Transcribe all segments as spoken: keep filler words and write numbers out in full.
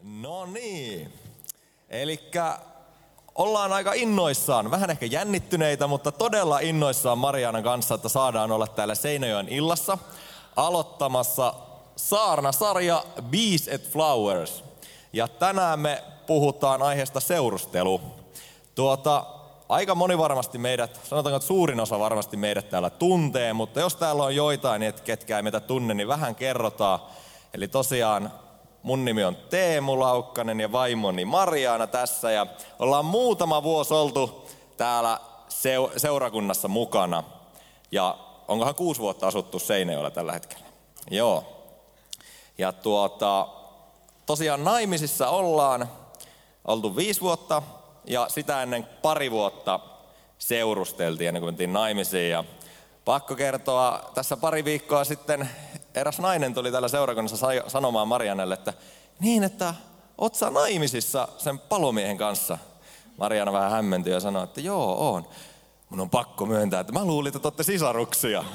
No niin, elikkä ollaan aika innoissaan, vähän ehkä jännittyneitä, mutta todella innoissaan Marianan kanssa, että saadaan olla täällä Seinäjoen illassa aloittamassa saarnasarja Bees and Flowers. Ja tänään me puhutaan aiheesta seurustelu. Tuota, aika moni varmasti meidät, sanotaanko, että suurin osa varmasti meidät täällä tuntee, mutta jos täällä on joitain, et ketkä ei meitä tunne, niin vähän kerrotaan. Eli tosiaan mun nimi on Teemu Laukkanen ja vaimoni Mariana tässä ja ollaan muutama vuosi oltu täällä seurakunnassa mukana. Ja onkohan kuusi vuotta asuttu Seinäjoella tällä hetkellä? Joo. Ja tuota, tosiaan naimisissa ollaan oltu viisi vuotta ja sitä ennen pari vuotta seurusteltiin ennen kuin mentiin naimisiin. Ja pakko kertoa, tässä pari viikkoa sitten eräs nainen tuli täällä seurakunnassa sanomaan Marianelle, että niin, että oot sä naimisissa sen palomiehen kanssa? Mariana vähän hämmentyi ja sanoi, että joo, oon. Mun on pakko myöntää, että mä luulin, että te ootte sisaruksia.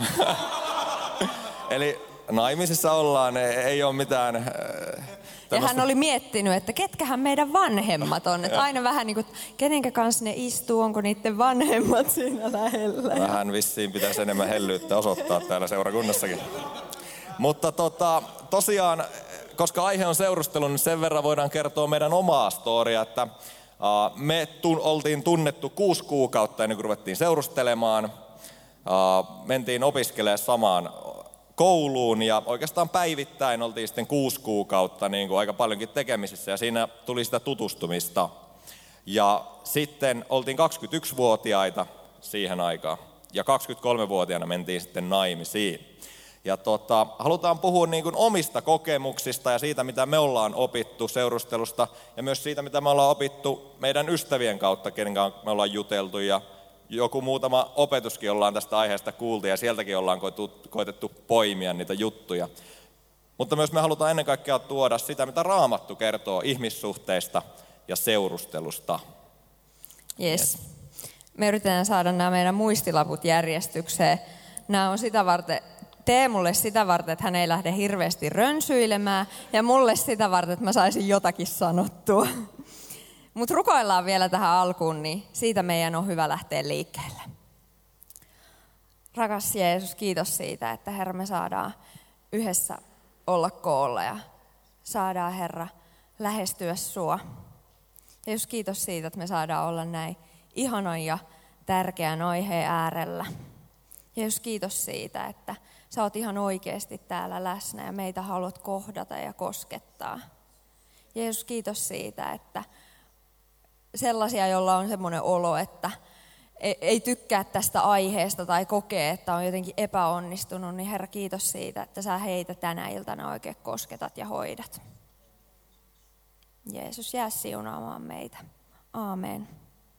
Eli naimisissa ollaan, ei, ei ole mitään äh, ja hän oli miettinyt, että ketkähän meidän vanhemmat on. Että aina vähän niin kuin, kenenkä kanssa ne istuu, onko niiden vanhemmat siinä lähellä. Vähän vissiin pitäisi enemmän hellyyttä osoittaa täällä seurakunnassakin. Mutta tota, tosiaan, koska aihe on seurustelu, niin sen verran voidaan kertoa meidän omaa storia, että uh, me tun, oltiin tunnettu kuusi kuukautta ennen kuin ruvettiin seurustelemaan. Uh, mentiin opiskelemaan samaan kouluun ja oikeastaan päivittäin oltiin sitten kuusi kuukautta niin kuin aika paljonkin tekemisissä ja siinä tuli sitä tutustumista. Ja sitten oltiin kaksikymmentäyksivuotiaita siihen aikaan ja kaksikymmentäkolmevuotiaana mentiin sitten naimisiin. Ja tota, halutaan puhua niin kuin omista kokemuksista ja siitä, mitä me ollaan opittu seurustelusta ja myös siitä, mitä me ollaan opittu meidän ystävien kautta, kenen kanssa me ollaan juteltu ja joku muutama opetuskin ollaan tästä aiheesta kuultu ja sieltäkin ollaan koetettu poimia niitä juttuja. Mutta myös me halutaan ennen kaikkea tuoda sitä, mitä Raamattu kertoo ihmissuhteista ja seurustelusta. Yes. yes. Me yritetään saada nämä meidän muistilaput järjestykseen. Nämä on sitä varten, Teemulle sitä varten, että hän ei lähde hirveästi rönsyilemään ja mulle sitä varten, että mä saisin jotakin sanottua. Mutta rukoillaan vielä tähän alkuun, niin siitä meidän on hyvä lähteä liikkeelle. Rakas Jeesus, kiitos siitä, että Herra, me saadaan yhdessä olla koolla ja saadaan, Herra, lähestyä sua. Jeesus, kiitos siitä, että me saadaan olla näin ihanan ja tärkeän aiheen äärellä. Jeesus, kiitos siitä, että sä oot ihan oikeasti täällä läsnä ja meitä haluat kohdata ja koskettaa. Jeesus, kiitos siitä, että sellaisia, joilla on semmoinen olo, että ei tykkää tästä aiheesta tai kokee, että on jotenkin epäonnistunut, niin Herra, kiitos siitä, että sä heitä tänä iltana oikein kosketat ja hoidat. Jeesus, jää siunaamaan meitä. Aamen.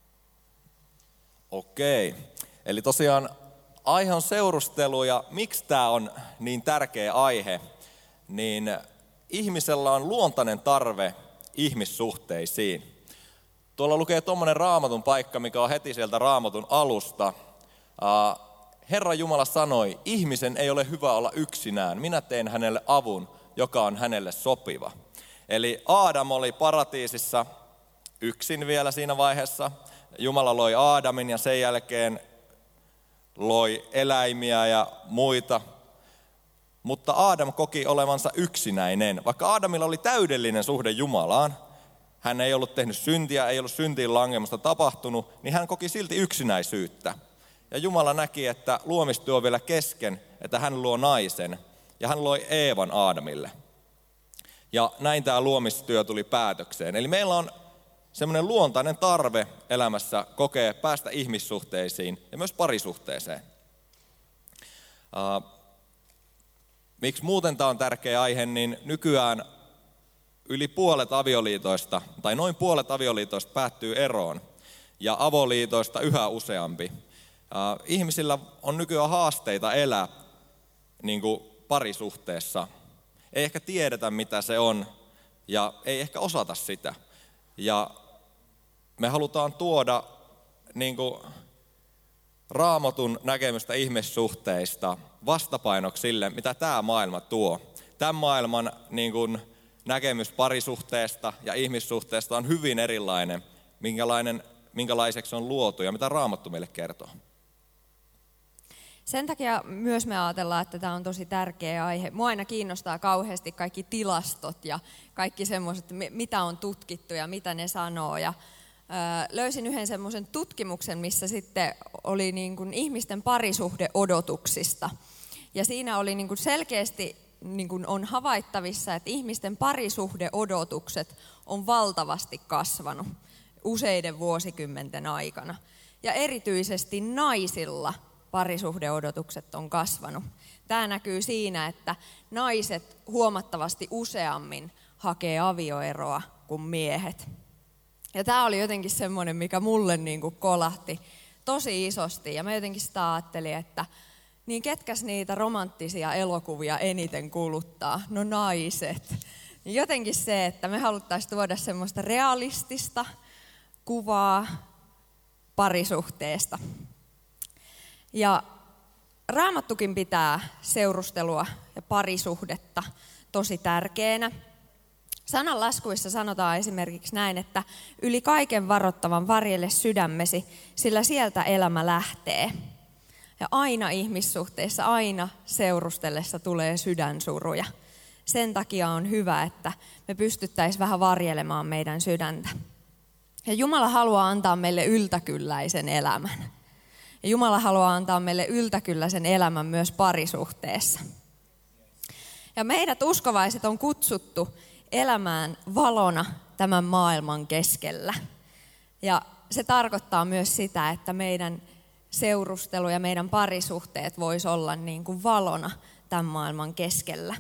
Okei, eli tosiaan aihe on seurustelu ja miksi tämä on niin tärkeä aihe, niin ihmisellä on luontainen tarve ihmissuhteisiin. Tuolla lukee tuommoinen Raamatun paikka, mikä on heti sieltä Raamatun alusta. Herra Jumala sanoi, ihmisen ei ole hyvä olla yksinään. Minä teen hänelle avun, joka on hänelle sopiva. Eli Aadam oli paratiisissa yksin vielä siinä vaiheessa. Jumala loi Aadamin ja sen jälkeen loi eläimiä ja muita. Mutta Aadam koki olevansa yksinäinen. Vaikka Aadamilla oli täydellinen suhde Jumalaan, hän ei ollut tehnyt syntiä, ei ollut syntiin lankemusta tapahtunut, niin hän koki silti yksinäisyyttä. Ja Jumala näki, että luomistyö on vielä kesken, että hän luo naisen. Ja hän loi Eevan Aadamille. Ja näin tämä luomistyö tuli päätökseen. Eli meillä on semmoinen luontainen tarve elämässä kokea päästä ihmissuhteisiin ja myös parisuhteeseen. Uh, miksi muuten tämä on tärkeä aihe, niin nykyään yli puolet avioliitoista, tai noin puolet avioliitoista päättyy eroon, ja avoliitoista yhä useampi. Uh, ihmisillä on nykyään haasteita elää niin kuin parisuhteessa. Ei ehkä tiedetä, mitä se on, ja ei ehkä osata sitä. Ja me halutaan tuoda niin kuin Raamatun näkemystä ihmissuhteista vastapainoksi sille, mitä tämä maailma tuo. Tämän maailman niin kuin näkemys parisuhteesta ja ihmissuhteesta on hyvin erilainen, minkälainen, minkälaiseksi on luotu ja mitä Raamattu meille kertoo. Sen takia myös me ajatellaan, että tämä on tosi tärkeä aihe. Mua aina kiinnostaa kauheasti kaikki tilastot ja kaikki semmoiset, mitä on tutkittu ja mitä ne sanoo. Ja, ö, löysin yhden semmoisen tutkimuksen, missä sitten oli niin kuin ihmisten parisuhdeodotuksista. Ja siinä oli niin kuin selkeästi niin kuin on havaittavissa, että ihmisten parisuhdeodotukset on valtavasti kasvanut useiden vuosikymmenten aikana. Ja erityisesti naisilla parisuhdeodotukset on kasvanut. Tämä näkyy siinä, että naiset huomattavasti useammin hakee avioeroa kuin miehet. Ja tämä oli jotenkin semmoinen, mikä mulle niin kuin kolahti tosi isosti. Ja mä jotenkin sitä ajattelin, että niin ketkäs niitä romanttisia elokuvia eniten kuluttaa? No naiset. Jotenkin se, että me haluttaisiin tuoda semmoista realistista kuvaa parisuhteesta. Ja Raamattukin pitää seurustelua ja parisuhdetta tosi tärkeänä. Sananlaskuissa sanotaan esimerkiksi näin, että yli kaiken varottavan varjele sydämesi, sillä sieltä elämä lähtee. Ja aina ihmissuhteissa, aina seurustellessa tulee sydänsuruja. Sen takia on hyvä, että me pystyttäisiin vähän varjelemaan meidän sydäntä. Ja Jumala haluaa antaa meille yltäkylläisen elämän. Ja Jumala haluaa antaa meille yltäkylläisen elämän myös parisuhteessa. Ja meidät uskovaiset on kutsuttu elämään valona tämän maailman keskellä. Ja se tarkoittaa myös sitä, että meidän seurustelu ja meidän parisuhteet vois olla niin kuin valona tämän maailman keskellä.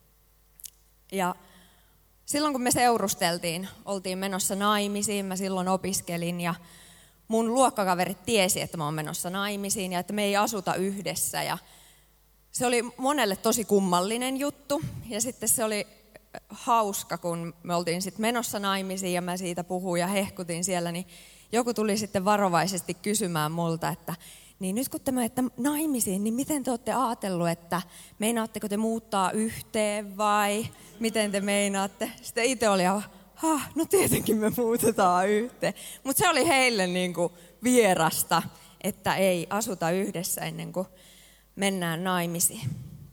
Ja silloin kun me seurusteltiin, oltiin menossa naimisiin, mä silloin opiskelin ja mun luokkakaverit tiesi, että mä oon menossa naimisiin ja että me ei asuta yhdessä. Ja se oli monelle tosi kummallinen juttu ja sitten se oli hauska, kun me oltiin sitten menossa naimisiin ja mä siitä puhuin ja hehkutin siellä, niin joku tuli sitten varovaisesti kysymään multa, että niin nyt kun te menette naimisiin, niin miten te olette ajatellut, että meinaatteko te muuttaa yhteen vai miten te meinaatte? Sitten itse oli aivan, ha, no tietenkin me muutetaan yhteen. Mutta se oli heille niin kuin vierasta, että ei asuta yhdessä ennen kuin mennään naimisiin.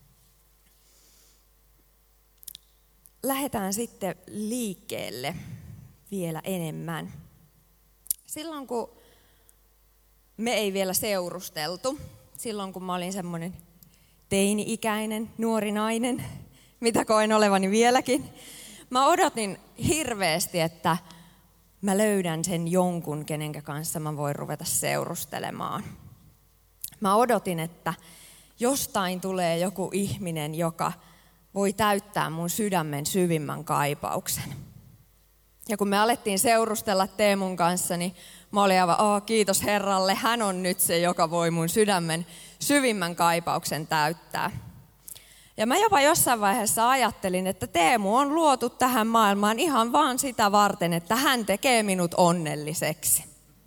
Lähdetään sitten liikkeelle vielä enemmän. Silloin kun me ei vielä seurusteltu, silloin kun mä olin semmoinen teini-ikäinen nuori nainen, mitä koen olevani vieläkin, mä odotin hirveästi, että mä löydän sen jonkun, kenenkä kanssa mä voin ruveta seurustelemaan. Mä odotin, että jostain tulee joku ihminen, joka voi täyttää mun sydämen syvimmän kaipauksen. Ja kun me alettiin seurustella Teemun kanssa, niin mä olin aivan, oh, kiitos Herralle, hän on nyt se, joka voi mun sydämen syvimmän kaipauksen täyttää. Ja mä jopa jossain vaiheessa ajattelin, että Teemu on luotu tähän maailmaan ihan vaan sitä varten, että hän tekee minut onnelliseksi.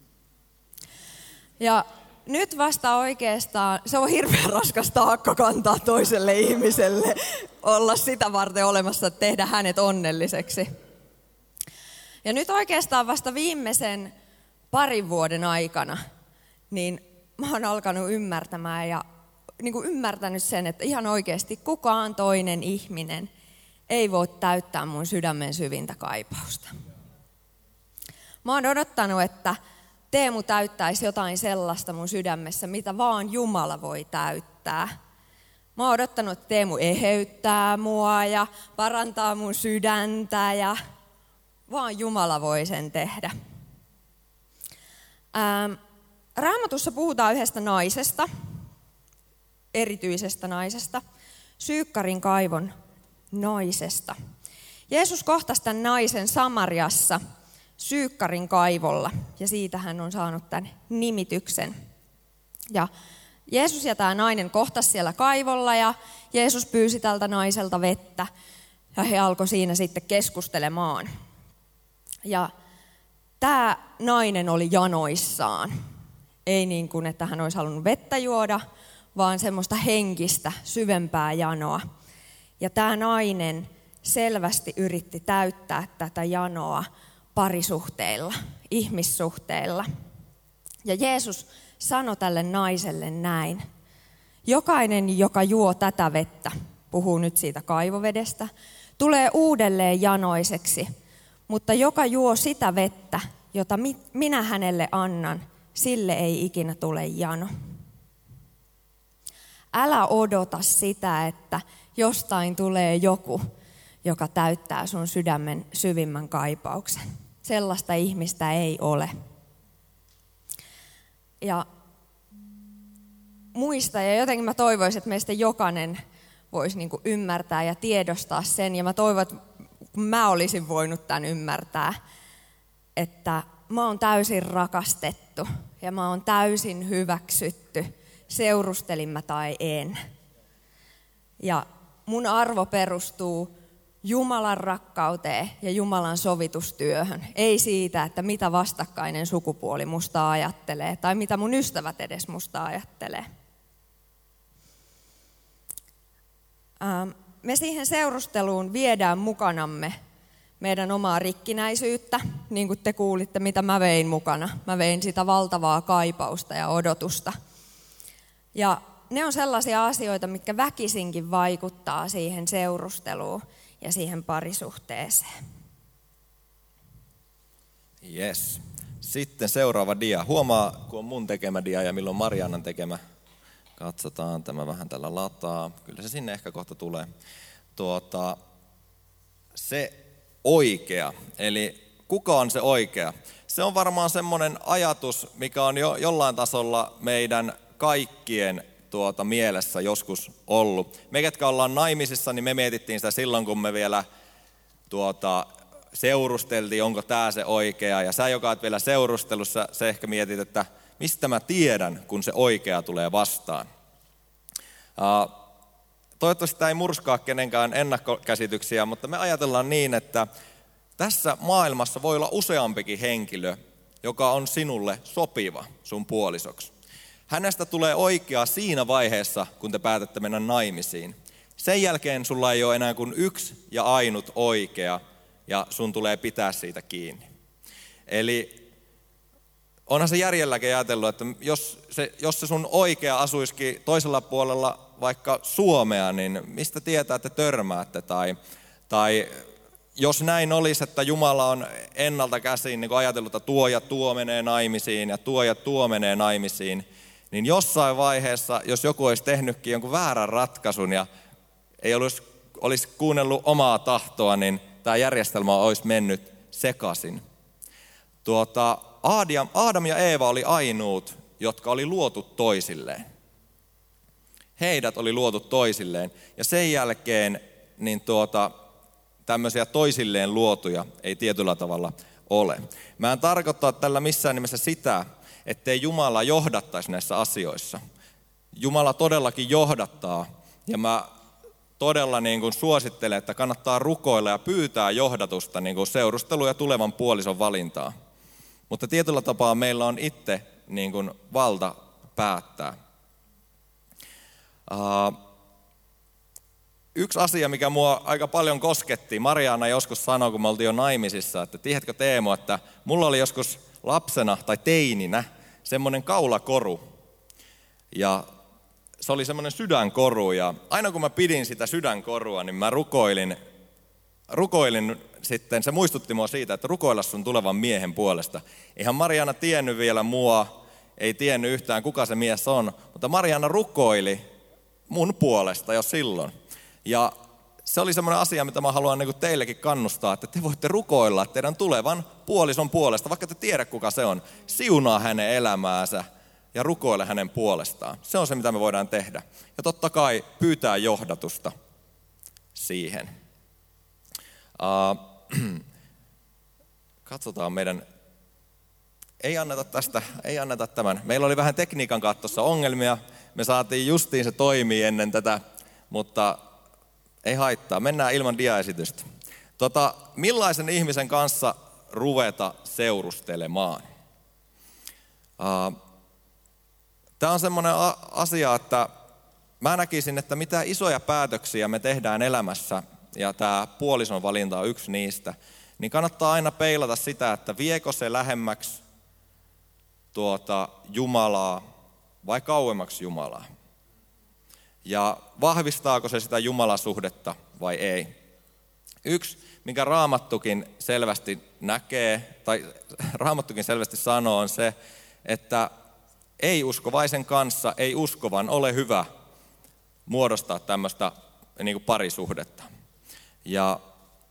Ja nyt vasta oikeastaan, se on hirveän raskas taakka kantaa toiselle ihmiselle, olla sitä varten olemassa, että tehdä hänet onnelliseksi. Ja nyt oikeastaan vasta viimeisen parin vuoden aikana, niin mä oon alkanut ymmärtämään ja niin kuin ymmärtänyt sen, että ihan oikeasti kukaan toinen ihminen ei voi täyttää mun sydämen syvintä kaipausta. Mä oon odottanut, että Teemu täyttäisi jotain sellaista mun sydämessä, mitä vaan Jumala voi täyttää. Mä oon odottanut, että Teemu eheyttää mua ja parantaa mun sydäntä ja vaan Jumala voi sen tehdä. Ähm, Raamatussa puhutaan yhdestä naisesta, erityisestä naisesta, Syykkarin kaivon naisesta. Jeesus kohtasi tämän naisen Samariassa Syykkarin kaivolla ja siitä hän on saanut tämän nimityksen. Ja Jeesus ja tämä nainen kohtasi siellä kaivolla ja Jeesus pyysi tältä naiselta vettä ja he alkoi siinä sitten keskustelemaan. Ja tämä nainen oli janoissaan. Ei niin kuin, että hän olisi halunnut vettä juoda, vaan semmoista henkistä, syvempää janoa. Ja tämä nainen selvästi yritti täyttää tätä janoa parisuhteilla, ihmissuhteilla. Ja Jeesus sanoi tälle naiselle näin: jokainen, joka juo tätä vettä, puhuu nyt siitä kaivovedestä, tulee uudelleen janoiseksi, mutta joka juo sitä vettä, jota minä hänelle annan, sille ei ikinä tule jano. Älä odota sitä, että jostain tulee joku, joka täyttää sun sydämen syvimmän kaipauksen. Sellaista ihmistä ei ole. Ja muista, ja jotenkin mä toivoisin, että meistä jokainen voisi niin kuin ymmärtää ja tiedostaa sen, ja mä toivon, että mä olisin voinut tämän ymmärtää, että mä oon täysin rakastettu ja mä oon täysin hyväksytty, seurustelin mä tai en. Ja mun arvo perustuu Jumalan rakkauteen ja Jumalan sovitustyöhön. Ei siitä, että mitä vastakkainen sukupuoli musta ajattelee tai mitä mun ystävät edes musta ajattelee. Me siihen seurusteluun viedään mukanamme meidän omaa rikkinäisyyttä, niin kuin te kuulitte, mitä mä vein mukana. Mä vein sitä valtavaa kaipausta ja odotusta. Ja ne on sellaisia asioita, mitkä väkisinkin vaikuttaa siihen seurusteluun ja siihen parisuhteeseen. Yes. Sitten seuraava dia. Huomaa, kun on mun tekemä dia ja milloin Mariannan tekemä. Katsotaan, tämä vähän tällä lataa. Kyllä se sinne ehkä kohta tulee. Tuota, se oikea, eli kuka on se oikea? Se on varmaan semmoinen ajatus, mikä on jo jollain tasolla meidän kaikkien tuota, mielessä joskus ollut. Me, ketkä ollaan naimisissa, niin me mietittiin sitä silloin, kun me vielä tuota, seurusteltiin, onko tämä se oikea. Ja sä, joka oot vielä seurustelussa, sä ehkä mietit, että mistä mä tiedän, kun se oikea tulee vastaan. Uh, toivottavasti tämä ei murskaa kenenkään ennakkokäsityksiä, mutta me ajatellaan niin, että tässä maailmassa voi olla useampikin henkilö, joka on sinulle sopiva sun puolisoksi. Hänestä tulee oikea siinä vaiheessa, kun te päätätte mennä naimisiin. Sen jälkeen sulla ei ole enää kuin yksi ja ainut oikea, ja sun tulee pitää siitä kiinni. Eli onhan se järjelläkin ajatellut, että jos se, jos se sun oikea asuisikin toisella puolella vaikka Suomea, niin mistä tietää, että törmäätte? Tai, tai jos näin olisi, että Jumala on ennalta käsin niin ajatellut, että tuo ja tuo menee naimisiin ja tuo ja tuo menee naimisiin, niin jossain vaiheessa, jos joku olisi tehnytkin jonkun väärän ratkaisun ja ei olisi, olisi kuunnellut omaa tahtoa, niin tämä järjestelmä olisi mennyt sekaisin. Tuota, Adam, Adam ja Eeva oli ainoat, jotka oli luotu toisilleen. Heidät oli luotu toisilleen ja sen jälkeen niin tuota, tämmöisiä toisilleen luotuja ei tietyllä tavalla ole. Mä en tarkoita tällä missään nimessä sitä, ettei Jumala johdattaisi näissä asioissa. Jumala todellakin johdattaa ja mä todella niin kuin suosittelen, että kannattaa rukoilla ja pyytää johdatusta niin kuin seurustelu- ja tulevan puolison valintaa. Mutta tietyllä tapaa meillä on itse niin kuin valta päättää. Uh, yksi asia, mikä mua aika paljon kosketti, Marianna joskus sanoi, kun me oltiin jo naimisissa, että tiedätkö Teemu, että mulla oli joskus lapsena tai teininä semmoinen kaulakoru. Ja se oli semmoinen sydänkoru ja aina kun mä pidin sitä sydänkorua, niin mä rukoilin, rukoilin sitten, se muistutti mua siitä, että rukoilla sun tulevan miehen puolesta. Eihän Marianna tiennyt vielä mua, ei tiennyt yhtään kuka se mies on, mutta Marianna rukoili mun puolesta jo silloin. Ja se oli semmoinen asia, mitä mä haluan niin teillekin kannustaa, että te voitte rukoilla teidän tulevan puolison puolesta, vaikka te tiedä kuka se on. Siunaa hänen elämäänsä ja rukoile hänen puolestaan. Se on se, mitä me voidaan tehdä. Ja totta kai pyytää johdatusta siihen. Uh, katsotaan meidän, ei anneta tästä, ei anneta tämän. Meillä oli vähän tekniikan kattossa ongelmia. Me saatiin justiin se toimii ennen tätä, mutta ei haittaa. Mennään ilman diaesitystä. Tota, millaisen ihmisen kanssa ruveta seurustelemaan? Uh, Tämä on semmoinen asia, että mä näkisin, että mitä isoja päätöksiä me tehdään elämässä ja tämä puolison valinta on yksi niistä, niin kannattaa aina peilata sitä, että viekö se lähemmäksi tuota Jumalaa vai kauemmaksi Jumalaa. Ja vahvistaako se sitä Jumalasuhdetta vai ei. Yksi, mikä Raamattukin selvästi näkee, tai Raamattukin selvästi sanoo, on se, että ei-uskovaisen kanssa ei uskovan ole hyvä muodostaa tämmöistä niin kuin parisuhdetta. Ja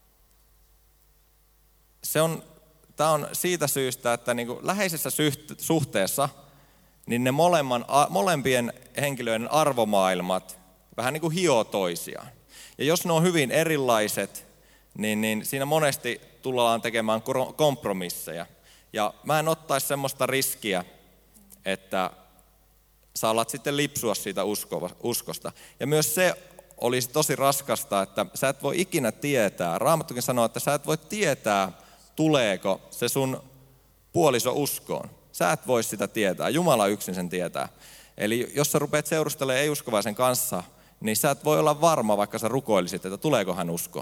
se on, tämä on siitä syystä, että niin kuin läheisessä suhteessa niin ne molemman, molempien henkilöiden arvomaailmat vähän niin kuin hioo toisiaan. Ja jos ne on hyvin erilaiset, niin, niin siinä monesti tullaan tekemään kompromisseja. Ja mä en ottaisi semmoista riskiä, että sä alat sitten lipsua siitä uskosta. Ja myös se olisi tosi raskasta, että sä et voi ikinä tietää. Raamattukin sanoo, että sä et voi tietää, tuleeko se sun puoliso uskoon. Sä et voi sitä tietää. Jumala yksin sen tietää. Eli jos sä rupeat seurustelemaan ei-uskovaisen kanssa, niin sä et voi olla varma, vaikka sä rukoilisit, että tuleeko hän uskoon.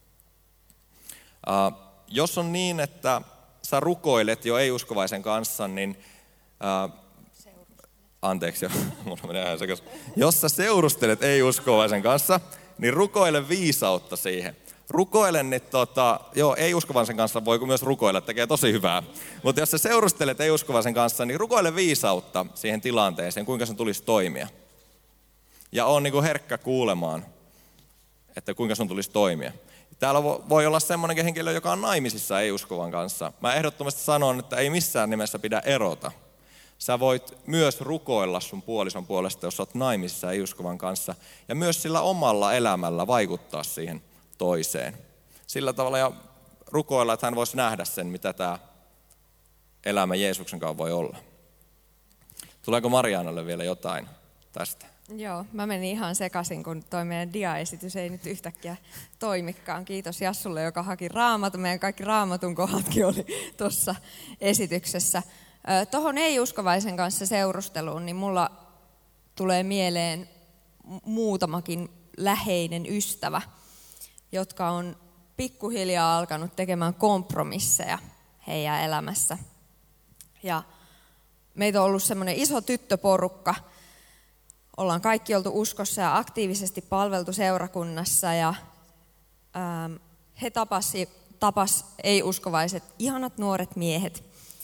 Uh, jos on niin, että sä rukoilet jo ei-uskovaisen kanssa, niin uh, anteeksi jo, mulla menee ihan sekaisin. Jos sä seurustelet ei-uskovaisen kanssa, niin rukoile viisautta siihen. Rukoile, niin tota, joo, ei-uskovaisen kanssa voi myös rukoilla, tekee tosi hyvää. Mutta jos sä seurustelet ei-uskovaisen kanssa, niin rukoile viisautta siihen tilanteeseen, kuinka sen tulisi toimia. Ja on niin kuin herkkä kuulemaan, että kuinka sun tulisi toimia. Täällä voi olla semmoinen henkilö, joka on naimisissa ei-uskovan kanssa. Mä ehdottomasti sanon, että ei missään nimessä pidä erota. Sä voit myös rukoilla sun puolison puolesta, jos olet naimisissa ei-uskovan kanssa. Ja myös sillä omalla elämällä vaikuttaa siihen toiseen. Sillä tavalla ja rukoilla, että hän voisi nähdä sen, mitä tämä elämä Jeesuksen kanssa voi olla. Tuleeko Marianalle vielä jotain tästä? Joo, mä menin ihan sekaisin, kun toi meidän diaesitys ei nyt yhtäkkiä toimikaan. Kiitos Jassulle, joka haki raamatun. Meidän kaikki raamatun kohdatkin oli tuossa esityksessä. Tuohon ei-uskovaisen kanssa seurusteluun, niin mulla tulee mieleen muutamakin läheinen ystävä, jotka on pikkuhiljaa alkanut tekemään kompromisseja heidän elämässä. Ja meitä on ollut semmoinen iso tyttöporukka. Ollaan kaikki oltu uskossa ja aktiivisesti palveltu seurakunnassa ja ähm, he tapasi, tapas ei-uskovaiset, ihanat nuoret miehet.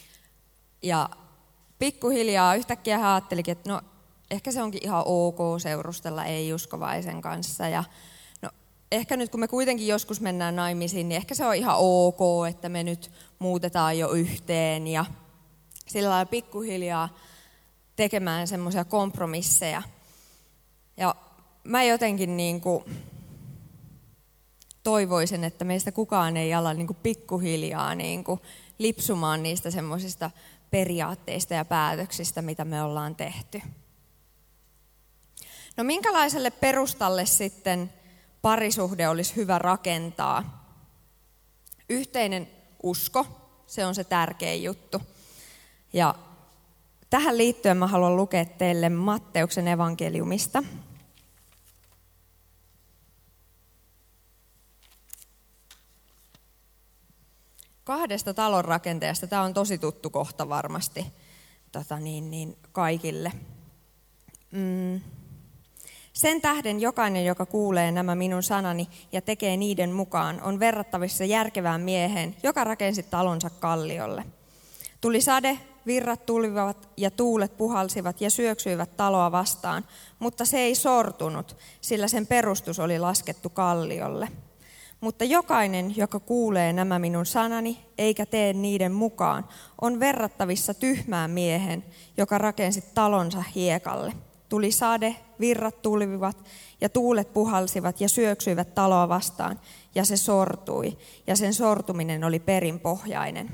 Ja pikkuhiljaa yhtäkkiä he ajattelikin, että no ehkä se onkin ihan ok seurustella ei-uskovaisen kanssa. Ja no ehkä nyt kun me kuitenkin joskus mennään naimisiin, niin ehkä se on ihan ok, että me nyt muutetaan jo yhteen ja sillä lailla pikkuhiljaa tekemään semmoisia kompromisseja. Ja mä jotenkin niin kuin toivoisin, että meistä kukaan ei ala niin kuin pikkuhiljaa niin kuin lipsumaan niistä semmoisista periaatteista ja päätöksistä, mitä me ollaan tehty. No minkälaiselle perustalle sitten parisuhde olisi hyvä rakentaa? Yhteinen usko, se on se tärkein juttu. Ja tähän liittyen mä haluan lukea teille Matteuksen evankeliumista. Kahdesta talonrakentajasta. Tämä on tosi tuttu kohta varmasti tota niin, niin, kaikille. Mm. Sen tähden jokainen, joka kuulee nämä minun sanani ja tekee niiden mukaan, on verrattavissa järkevään mieheen, joka rakensi talonsa kalliolle. Tuli sade, virrat tulivat ja tuulet puhalsivat ja syöksyivät taloa vastaan, mutta se ei sortunut, sillä sen perustus oli laskettu kalliolle. Mutta jokainen, joka kuulee nämä minun sanani, eikä tee niiden mukaan, on verrattavissa tyhmään miehen, joka rakensi talonsa hiekalle. Tuli sade, virrat tulivat ja tuulet puhalsivat ja syöksyivät taloa vastaan, ja se sortui, ja sen sortuminen oli perinpohjainen.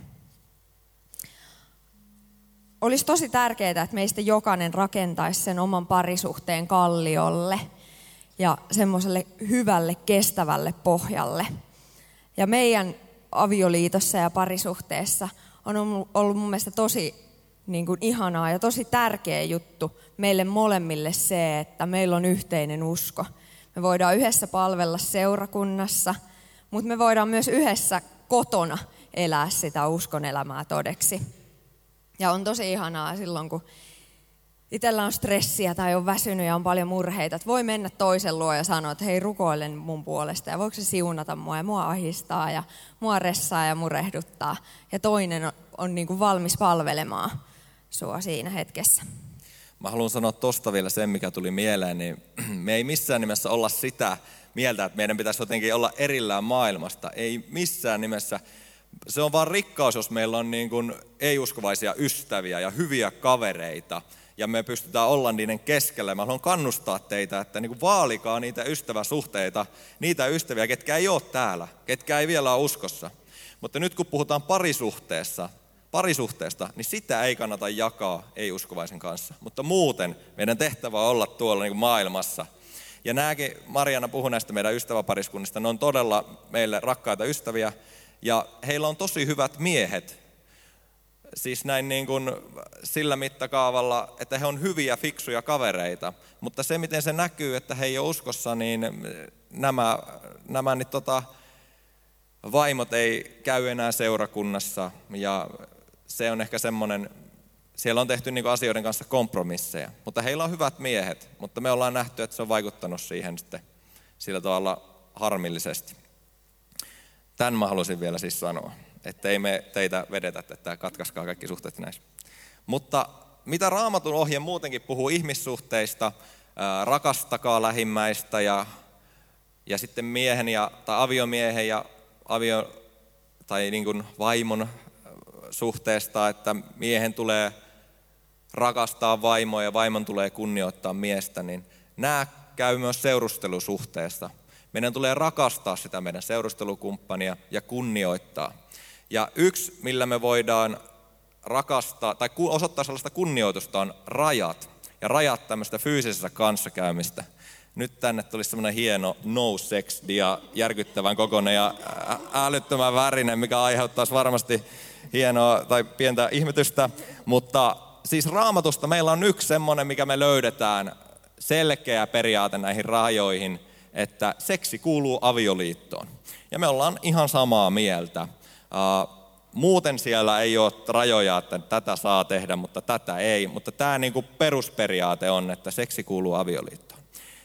Olisi tosi tärkeää, että meistä jokainen rakentaisi sen oman parisuhteen kalliolle ja semmoiselle hyvälle, kestävälle pohjalle. Ja meidän avioliitossa ja parisuhteessa on ollut mun mielestä tosi niin kuin ihanaa ja tosi tärkeä juttu meille molemmille se, että meillä on yhteinen usko. Me voidaan yhdessä palvella seurakunnassa, mutta me voidaan myös yhdessä kotona elää sitä uskon elämää todeksi. Ja on tosi ihanaa silloin, kun itsellä on stressiä tai on väsynyt ja on paljon murheita, että voi mennä toisen luo ja sanoa, että hei, rukoilen mun puolesta ja voiko se siunata mua ja mua ahistaa ja mua ressaa ja murehduttaa. Ja toinen on, on niin kuin valmis palvelemaan sua siinä hetkessä. Mä haluan sanoa tosta vielä sen, mikä tuli mieleen, niin me ei missään nimessä olla sitä mieltä, että meidän pitäisi jotenkin olla erillään maailmasta. Ei missään nimessä. Se on vaan rikkaus, jos meillä on niin kuin ei-uskovaisia ystäviä ja hyviä kavereita. Ja me pystytään olla niiden keskellä. Mä haluan kannustaa teitä, että niin kuin vaalikaa niitä ystäväsuhteita, niitä ystäviä, ketkä ei ole täällä, ketkä ei vielä ole uskossa. Mutta nyt kun puhutaan parisuhteessa, parisuhteesta, niin sitä ei kannata jakaa ei-uskovaisen kanssa. Mutta muuten meidän tehtävä on olla tuolla niin kuin maailmassa. Ja nämäkin, Mariana puhui näistä meidän ystäväpariskunnista, ne on todella meille rakkaita ystäviä. Ja heillä on tosi hyvät miehet. Siis näin niin kuin sillä mittakaavalla, että he on hyviä, fiksuja kavereita. Mutta se, miten se näkyy, että he ei ole uskossa, niin nämä, nämä niin tota, vaimot ei käy enää seurakunnassa. Ja se on ehkä semmoinen, siellä on tehty niin kuin asioiden kanssa kompromisseja. Mutta heillä on hyvät miehet, mutta me ollaan nähty, että se on vaikuttanut siihen sitten sillä tavalla harmillisesti. Tämän mä halusin vielä siis sanoa. Että ei me teitä vedetä, että katkaiskaa kaikki suhteet näissä. Mutta mitä Raamatun ohje muutenkin puhuu ihmissuhteista, ää, rakastakaa lähimmäistä ja, ja sitten miehen ja, tai aviomiehen ja avio, tai niin kuin vaimon suhteesta, että miehen tulee rakastaa vaimoa ja vaimon tulee kunnioittaa miestä, niin nämä käy myös seurustelusuhteesta. Meidän tulee rakastaa sitä meidän seurustelukumppania ja kunnioittaa. Ja yksi, millä me voidaan rakastaa tai osoittaa sellaista kunnioitusta, on rajat. Ja rajat tämmöistä fyysisessä kanssakäymistä. Nyt tänne tuli semmoinen hieno no sex dia, järkyttävän kokoinen ja älyttömän värinen, mikä aiheuttaisi varmasti hienoa tai pientä ihmetystä. Mutta siis Raamatusta meillä on yksi semmoinen, mikä me löydetään, selkeä periaate näihin rajoihin, että seksi kuuluu avioliittoon. Ja me ollaan ihan samaa mieltä. Muuten siellä ei ole rajoja, että tätä saa tehdä, mutta tätä ei. Mutta tämä niin kuin perusperiaate on, että seksi kuuluu avioliittoon.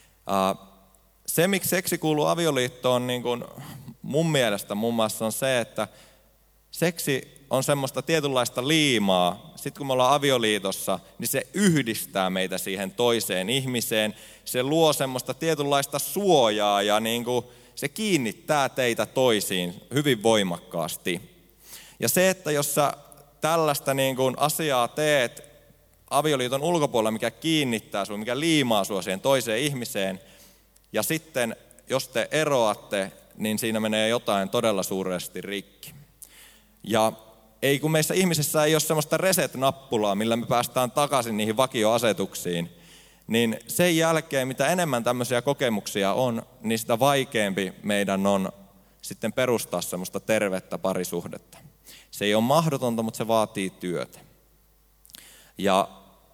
Se, miksi seksi kuuluu avioliittoon, niin kuin mun mielestä muun muassa on se, että seksi on semmoista tietynlaista liimaa. Sitten kun me ollaan avioliitossa, niin se yhdistää meitä siihen toiseen ihmiseen. Se luo semmoista tietynlaista suojaa ja niin kuin se kiinnittää teitä toisiin hyvin voimakkaasti. Ja se, että jos sä tällaista niin kuin asiaa teet avioliiton ulkopuolella, mikä kiinnittää sinua, mikä liimaa sinua siihen toiseen ihmiseen, ja sitten jos te eroatte, niin siinä menee jotain todella suuresti rikki. Ja ei kun meissä ihmisissä ei ole semmoista reset-nappulaa, millä me päästään takaisin niihin vakioasetuksiin, niin sen jälkeen, mitä enemmän tämmöisiä kokemuksia on, niin sitä vaikeampi meidän on sitten perustaa semmoista tervettä parisuhdetta. Se ei ole mahdotonta, mutta se vaatii työtä. Ja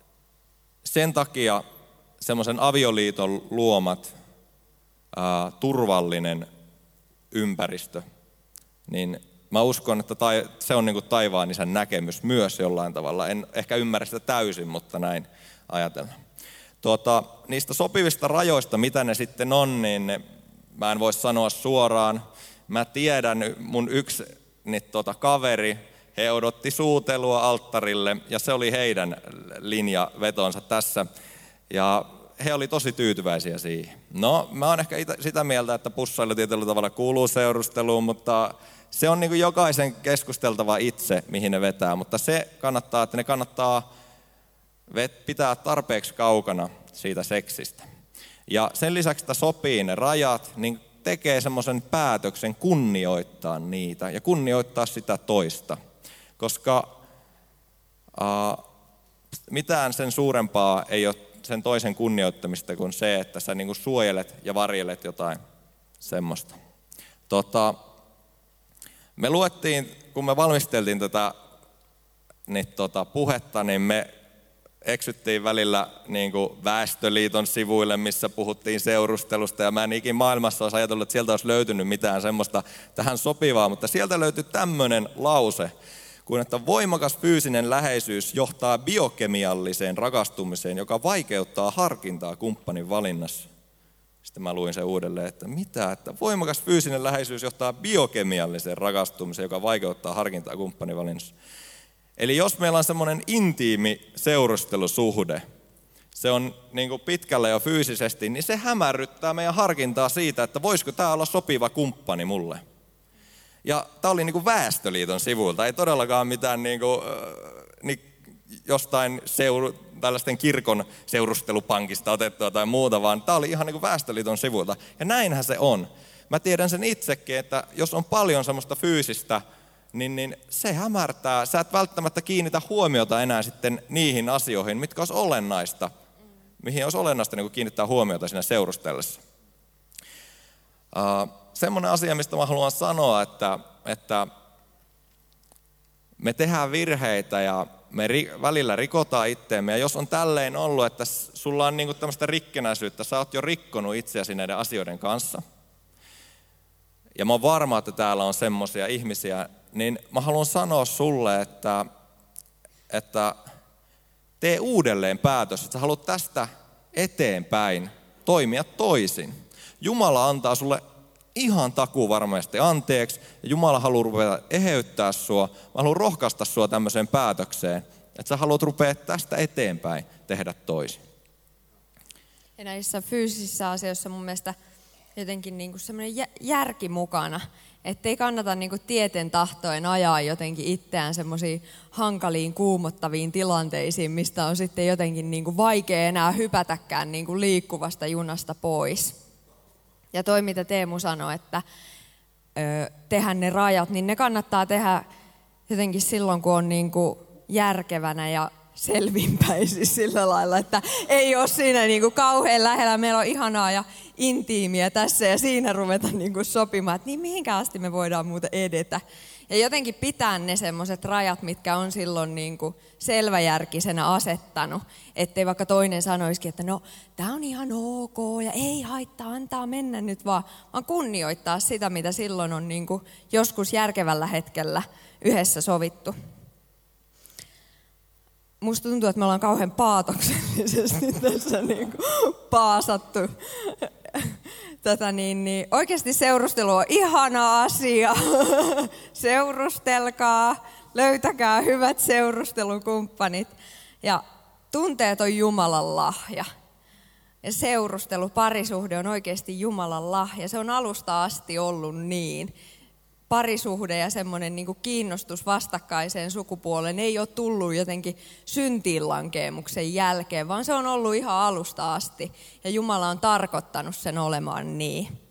sen takia semmoisen avioliiton luomat ää, turvallinen ympäristö, niin mä uskon, että tai, se on niin kuin taivaan isän näkemys myös jollain tavalla. En ehkä ymmärrä sitä täysin, mutta näin ajatellaan. Tuota, niistä sopivista rajoista, mitä ne sitten on, niin ne, mä en voi sanoa suoraan. Mä tiedän, mun yksi niin tuota, kaveri, he odotti suutelua alttarille ja se oli heidän linjavetonsa tässä. Ja he oli tosi tyytyväisiä siihen. No, mä oon ehkä itä, sitä mieltä, että pussailu tietyllä tavalla kuuluu seurusteluun, mutta se on niin kuin jokaisen keskusteltava itse, mihin ne vetää. Mutta se kannattaa, että ne kannattaa pitää tarpeeksi kaukana siitä seksistä. Ja sen lisäksi, että sopii ne rajat, niin tekee semmoisen päätöksen kunnioittaa niitä ja kunnioittaa sitä toista. Koska äh, mitään sen suurempaa ei ole sen toisen kunnioittamista kuin se, että sä niinku suojelet ja varjelet jotain semmoista. Tota, me luettiin, kun me valmisteltiin tätä niin tota, puhetta, niin me eksyttiin välillä niin kuin Väestöliiton sivuille, missä puhuttiin seurustelusta, ja mä en ikin maailmassa olisi ajatellut, että sieltä olisi löytynyt mitään semmoista tähän sopivaa, mutta sieltä löytyi tämmöinen lause, kuin että voimakas fyysinen läheisyys johtaa biokemialliseen rakastumiseen, joka vaikeuttaa harkintaa kumppanin valinnassa. Sitten mä luin sen uudelleen, että mitä, että voimakas fyysinen läheisyys johtaa biokemialliseen rakastumiseen, joka vaikeuttaa harkintaa kumppanin valinnassa. Eli jos meillä on semmoinen intiimi seurustelusuhde, se on niin kuin pitkälle jo fyysisesti, niin se hämärryttää meidän harkintaa siitä, että voisiko tämä olla sopiva kumppani mulle. Ja tämä oli niin kuin Väestöliiton sivuilta, ei todellakaan mitään niin kuin, äh, niin jostain seuru, tällaisten kirkon seurustelupankista otettua tai muuta, vaan tämä oli ihan niin kuin Väestöliiton sivuilta. Ja näinhän se on. Mä tiedän sen itsekin, että jos on paljon semmoista fyysistä, niin, niin se hämärtää. Sä et välttämättä kiinnitä huomiota enää sitten niihin asioihin, mitkä olisi olennaista, mihin olisi olennaista niin kuin kiinnittää huomiota siinä seurustellessa. Uh, semmoinen asia, mistä mä haluan sanoa, että, että me tehdään virheitä ja me ri, välillä rikotaan itteemme. Ja jos on tälleen ollut, että sulla on niinku tämmöistä rikkenäisyyttä, sä oot jo rikkonut itseäsi näiden asioiden kanssa. Ja mä oon varma, että täällä on semmoisia ihmisiä, niin mä haluan sanoa sulle, että, että tee uudelleen päätös, että sä haluat tästä eteenpäin toimia toisin. Jumala antaa sulle ihan takuvarmasti anteeksi, ja Jumala haluaa ruveta eheyttää sua. Mä haluan rohkaista sua tämmöiseen päätökseen, että sä haluat rupea tästä eteenpäin tehdä toisin. Ja näissä fyysisissä asioissa mun mielestä jotenkin niinku semmoinen järki mukana, ettei kannata niinku tieten tahtoen ajaa jotenkin itseään semmoisiin hankaliin, kuumottaviin tilanteisiin, mistä on sitten jotenkin niinku vaikea enää hypätäkään niinku liikkuvasta junasta pois. Ja toi, mitä Teemu sanoi, että ö, tehdä ne rajat, niin ne kannattaa tehdä jotenkin silloin, kun on niinku järkevänä ja selvinpäin siis sillä lailla, että ei ole siinä niinku kauhean lähellä. Meillä on ihanaa ja intiimiä tässä ja siinä ruveta niinku sopimaan, että niin mihinkä asti me voidaan muuten edetä. Ja jotenkin pitää ne semmoiset rajat, mitkä on silloin niinku selväjärkisenä asettanut, ettei vaikka toinen sanoisikin, että no tämä on ihan ok ja ei haittaa, antaa mennä nyt vaan, vaan kunnioittaa sitä, mitä silloin on niinku joskus järkevällä hetkellä yhdessä sovittu. Musta tuntuu, että me ollaan kauhean paatoksellisesti tässä niinku paasattu. Tätä niin, niin oikeasti seurustelu on ihana asia. Seurustelkaa, löytäkää hyvät seurustelukumppanit. Ja tunteet on Jumalan lahja. Ja seurustelu, parisuhde on oikeasti Jumalan lahja. Se on alusta asti ollut niin. Parisuhde ja semmoinen niin kuin kiinnostus vastakkaiseen sukupuoleen ei ole tullut jotenkin syntiinlankeemuksen jälkeen, vaan se on ollut ihan alusta asti. Ja Jumala on tarkoittanut sen olemaan niin.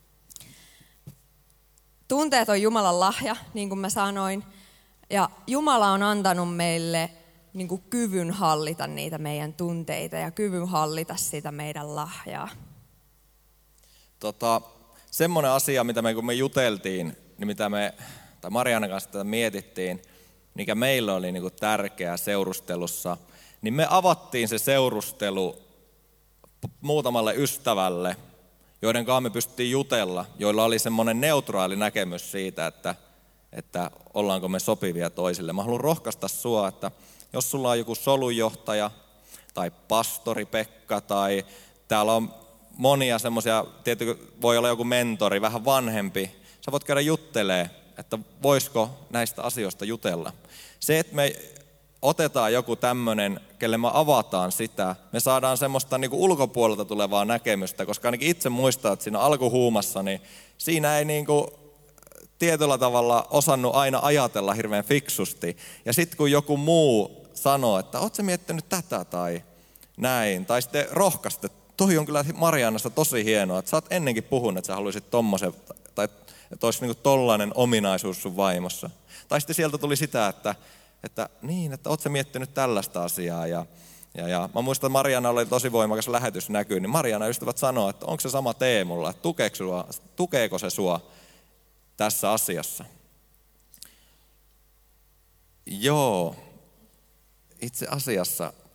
Tunteet on Jumalan lahja, niin kuin mä sanoin. Ja Jumala on antanut meille niin kuin kyvyn hallita niitä meidän tunteita ja kyvyn hallita sitä meidän lahjaa. Tota, semmoinen asia, mitä me kun me juteltiin, niin mitä me, tai Mariannan kanssa tätä mietittiin, mikä meillä oli niin kuin tärkeää seurustelussa, niin me avattiin se seurustelu muutamalle ystävälle, joiden kanssa me pystyttiin jutella, joilla oli semmoinen neutraali näkemys siitä, että, että ollaanko me sopivia toisille. Mä haluan rohkaista sua, että jos sulla on joku solujohtaja tai pastori Pekka tai täällä on monia semmoisia, tietysti voi olla joku mentori, vähän vanhempi, sä voit käydä juttelemaan, että voisiko näistä asioista jutella. Se, että me otetaan joku tämmöinen, kelle me avataan sitä, me saadaan semmoista niin kuin ulkopuolelta tulevaa näkemystä, koska ainakin itse muistaa, että siinä alkuhuumassa, niin siinä ei niin kuin tietyllä tavalla osannut aina ajatella hirveän fiksusti. Ja sitten kun joku muu sanoo, että ootko sä miettinyt tätä tai näin, tai sitten rohkaista, että toi on kyllä Mariannasta tosi hienoa, että sä oot ennenkin puhunut, että sä haluaisit tommosen, tai että olisi niin kuin tollainen ominaisuus sun vaimossa. Tai sitten sieltä tuli sitä, että, että niin, että oot sä miettinyt tällaista asiaa. Ja, ja, ja mä muistan, että Marianna oli tosi voimakas lähetys näkyy, niin Marianna ystävät sanoo, että onko se sama Teemulla, että tukeeko, sua, tukeeko se sua tässä asiassa. Joo, itse asiassa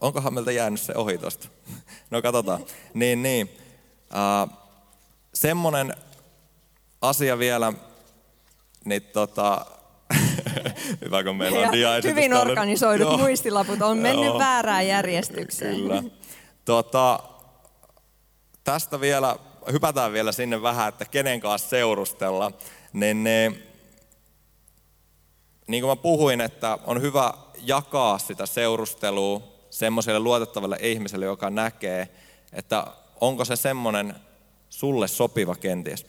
onkohan meiltä jäänyt se ohi tosta? No katsotaan. Niin, niin. Uh, semmonen asia vielä, niin tota, hyvä kun meillä on diaesitys. Hyvin organisoidut Joo. muistilaput on mennyt Joo. väärään järjestykseen. Kyllä. Tota, tästä vielä, hypätään vielä sinne vähän, että kenen kanssa seurustella. Niin, niin, niin kuin mä puhuin, että on hyvä jakaa sitä seurustelua semmoiselle luotettavalle ihmiselle, joka näkee, että onko se semmoinen sulle sopiva kenties.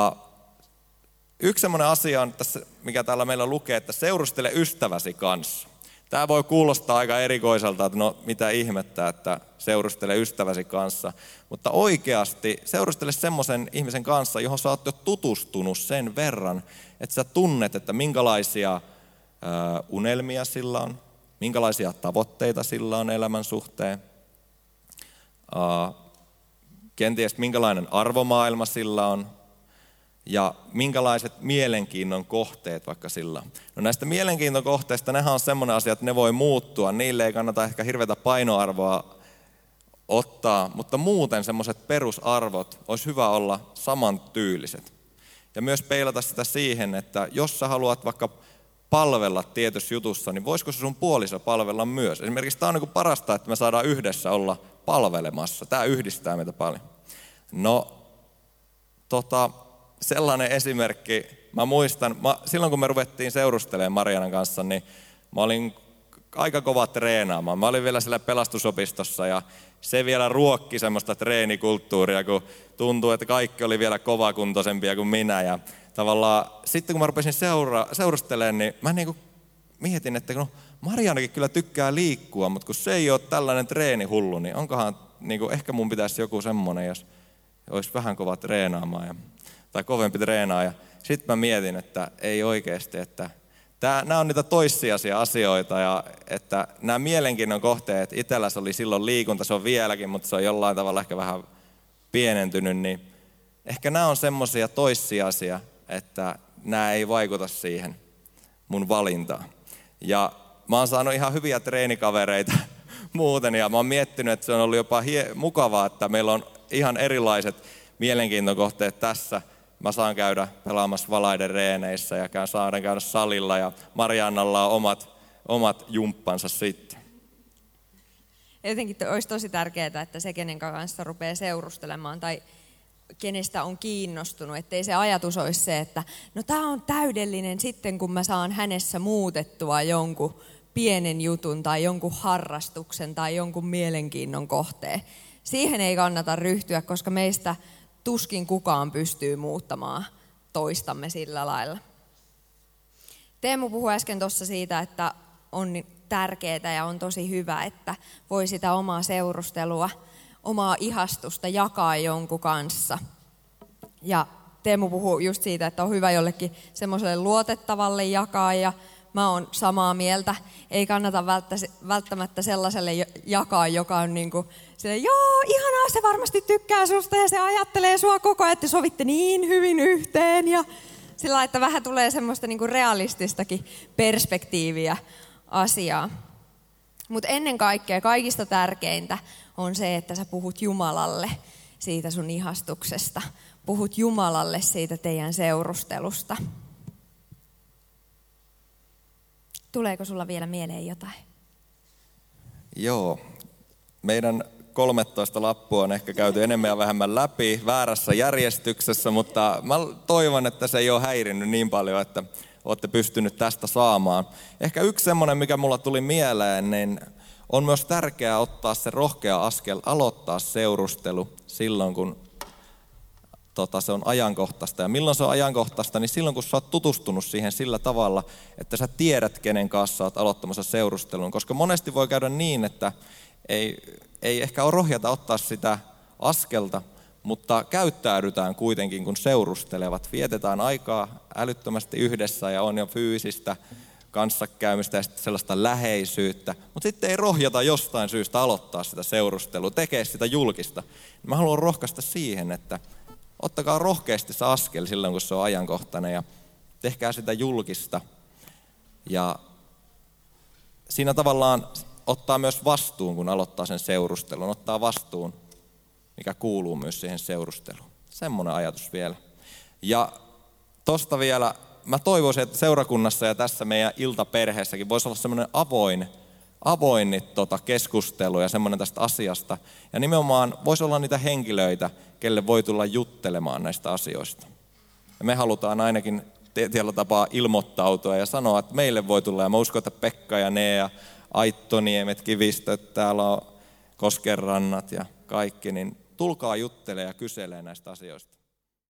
Yksi semmoinen asia on tässä, mikä täällä meillä lukee, että seurustele ystäväsi kanssa. Tämä voi kuulostaa aika erikoiselta, että no mitä ihmettä, että seurustele ystäväsi kanssa. Mutta oikeasti seurustele semmoisen ihmisen kanssa, johon sä oot jo tutustunut sen verran, että sä tunnet, että minkälaisia äh, unelmia sillä on, minkälaisia tavoitteita sillä on elämän suhteen, äh, kenties minkälainen arvomaailma sillä on, ja minkälaiset mielenkiinnon kohteet vaikka sillä. No näistä mielenkiinnon kohteista, nehän on semmoinen asia, että ne voi muuttua. Niille ei kannata ehkä hirveätä painoarvoa ottaa, mutta muuten semmoiset perusarvot olisi hyvä olla samantyyliset. Ja myös peilata sitä siihen, että jos sä haluat vaikka palvella tietyssä jutussa, niin voisiko se sun puoliso palvella myös? Esimerkiksi tämä on niin kuin parasta, että me saadaan yhdessä olla palvelemassa. Tämä yhdistää meitä paljon. No, tota... Sellainen esimerkki, mä muistan, mä, silloin kun me ruvettiin seurustelemaan Marianan kanssa, niin mä olin aika kova treenaamaan. Mä olin vielä siellä pelastusopistossa ja se vielä ruokki semmoista treenikulttuuria, kun tuntui, että kaikki oli vielä kovakuntoisempia kuin minä. Ja tavallaan sitten kun mä rupesin seura- seurustelemaan, niin mä niin kuin mietin, että no, Marianakin kyllä tykkää liikkua, mutta kun se ei ole tällainen treenihullu, niin onkohan, niin kuin, ehkä mun pitäisi joku semmoinen, jos olisi vähän kova treenaamaan. Ja tai kovempi treenaaja. Sitten mä mietin, että ei oikeasti, että nämä on niitä toissijaisia asioita ja että nämä mielenkiinnon kohteet, itsellä se oli silloin liikunta, se on vieläkin, mutta se on jollain tavalla ehkä vähän pienentynyt, niin ehkä nämä on semmoisia toissijaisia, että nämä ei vaikuta siihen mun valintaan. Ja mä oon saanut ihan hyviä treenikavereita muuten ja mä oon miettinyt, että se on ollut jopa hie- mukavaa, että meillä on ihan erilaiset mielenkiintokohteet tässä. Mä saan käydä pelaamassa valaiden reeneissä ja saan käydä salilla ja Mariannalla on omat, omat jumppansa sitten. Jotenkin olisi tosi tärkeää, että se kenen kanssa rupeaa seurustelemaan tai kenestä on kiinnostunut, ettei se ajatus olisi se, että no tää on täydellinen sitten kun mä saan hänessä muutettua jonkun pienen jutun tai jonkun harrastuksen tai jonkun mielenkiinnon kohteen. Siihen ei kannata ryhtyä, koska meistä tuskin kukaan pystyy muuttamaan toistamme sillä lailla. Teemu puhui äsken tuossa siitä, että on tärkeää ja on tosi hyvä, että voi sitä omaa seurustelua, omaa ihastusta jakaa jonkun kanssa. Ja Teemu puhui just siitä, että on hyvä jollekin semmoiselle luotettavalle jakaa ja mä oon samaa mieltä. Ei kannata välttämättä sellaiselle jakaa, joka on niin kuin silleen, joo, ihanaa, se varmasti tykkää susta ja se ajattelee sua koko ajan, että sovitte niin hyvin yhteen. Ja sillä että vähän tulee semmoista niin kuin realististakin perspektiiviä asiaa. Mutta ennen kaikkea kaikista tärkeintä on se, että sä puhut Jumalalle siitä sun ihastuksesta. Puhut Jumalalle siitä teidän seurustelusta. Tuleeko sulla vielä mieleen jotain? Joo. Meidän kolmetoista lappua on ehkä käyty enemmän ja vähemmän läpi väärässä järjestyksessä, mutta mä toivon, että se ei ole häirinnyt niin paljon, että olette pystynyt tästä saamaan. Ehkä yksi semmoinen, mikä mulla tuli mieleen, niin on myös tärkeää ottaa se rohkea askel, aloittaa seurustelu silloin, kun tota, se on ajankohtaista. Ja milloin se on ajankohtaista, niin silloin, kun sä oot tutustunut siihen sillä tavalla, että sä tiedät, kenen kanssa oot aloittamassa seurustelun. Koska monesti voi käydä niin, että ei, ei ehkä ole rohjata ottaa sitä askelta, mutta käyttäydytään kuitenkin, kun seurustelevat. Vietetään aikaa älyttömästi yhdessä ja on jo fyysistä kanssakäymistä ja sitten sellaista läheisyyttä. Mutta sitten ei rohjata jostain syystä aloittaa sitä seurustelua, tekee sitä julkista. Mä haluan rohkaista siihen, että ottakaa rohkeasti se askel silloin, kun se on ajankohtainen ja tehkää sitä julkista. Ja siinä tavallaan ottaa myös vastuun, kun aloittaa sen seurustelun. Ottaa vastuun, mikä kuuluu myös siihen seurusteluun. Semmoinen ajatus vielä. Ja tosta vielä, mä toivoisin, että seurakunnassa ja tässä meidän iltaperheessäkin voisi olla semmoinen avoin, avoin tota, keskustelu ja semmoinen tästä asiasta. Ja nimenomaan voisi olla niitä henkilöitä, kelle voi tulla juttelemaan näistä asioista. Ja me halutaan ainakin tietyllä tapaa ilmoittautua ja sanoa, että meille voi tulla. Ja mä uskon, että Pekka ja Nea, Aittoniemet, Kivistöt, täällä on Koskenrannat ja kaikki, niin tulkaa juttelemaan ja kyselee näistä asioista.